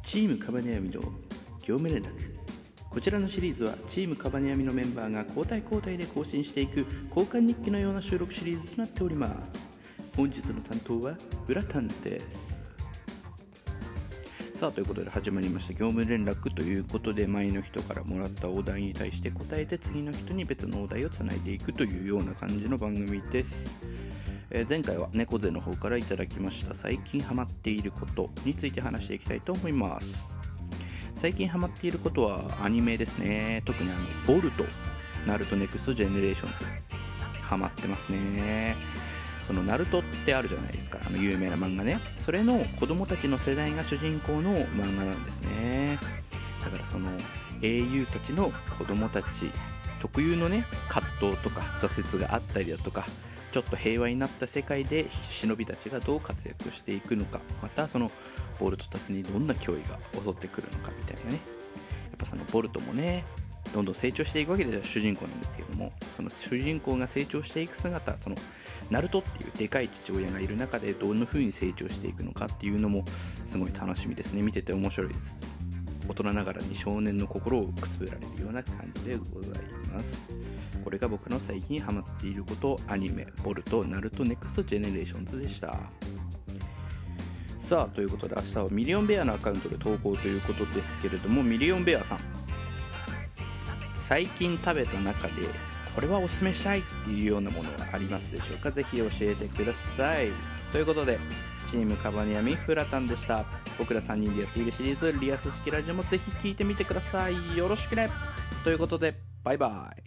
チームカバネアミの業務連絡。こちらのシリーズはチームカバネアミのメンバーが交代交代で更新していく交換日記のような収録シリーズとなっております。本日の担当はウラタンです。さあ、ということで始まりました業務連絡ということで、前の人からもらったお題に対して答えて次の人に別のお題をつないでいくというような感じの番組です。前回は猫背の方からいただきました最近ハマっていることについて話していきたいと思います。最近ハマっていることはアニメですね。特にボルト、ナルトネクストジェネレーションズハマってますね。そのナルトってあるじゃないですか、有名な漫画ね。それの子供たちの世代が主人公の漫画なんですね。だからその英雄たちの子供たち特有のね、葛藤とか挫折があったりだとか、ちょっと平和になった世界で忍びたちがどう活躍していくのか、またそのボルトたちにどんな脅威が襲ってくるのかみたいなね。やっぱそのボルトもね、どんどん成長していくわけで主人公なんですけれども、その主人公が成長していく姿、そのナルトっていうでかい父親がいる中でどんな風に成長していくのかっていうのもすごい楽しみですね。見てて面白いです。大人ながらに少年の心をくすぐられるような感じでございます。これが僕の最近ハマっていること、アニメボルトナルトネクストジェネレーションズでした。さあ、ということで明日はミリオンベアのアカウントで投稿ということですけれども、ミリオンベアさん、最近食べた中でこれはおすすめしたいっていうようなものはありますでしょうか。ぜひ教えてください。ということでチームカバネアミフラタンでした。僕ら3人でやっているシリーズリアス式ラジオもぜひ聞いてみてください。よろしくね。ということでバイバイ。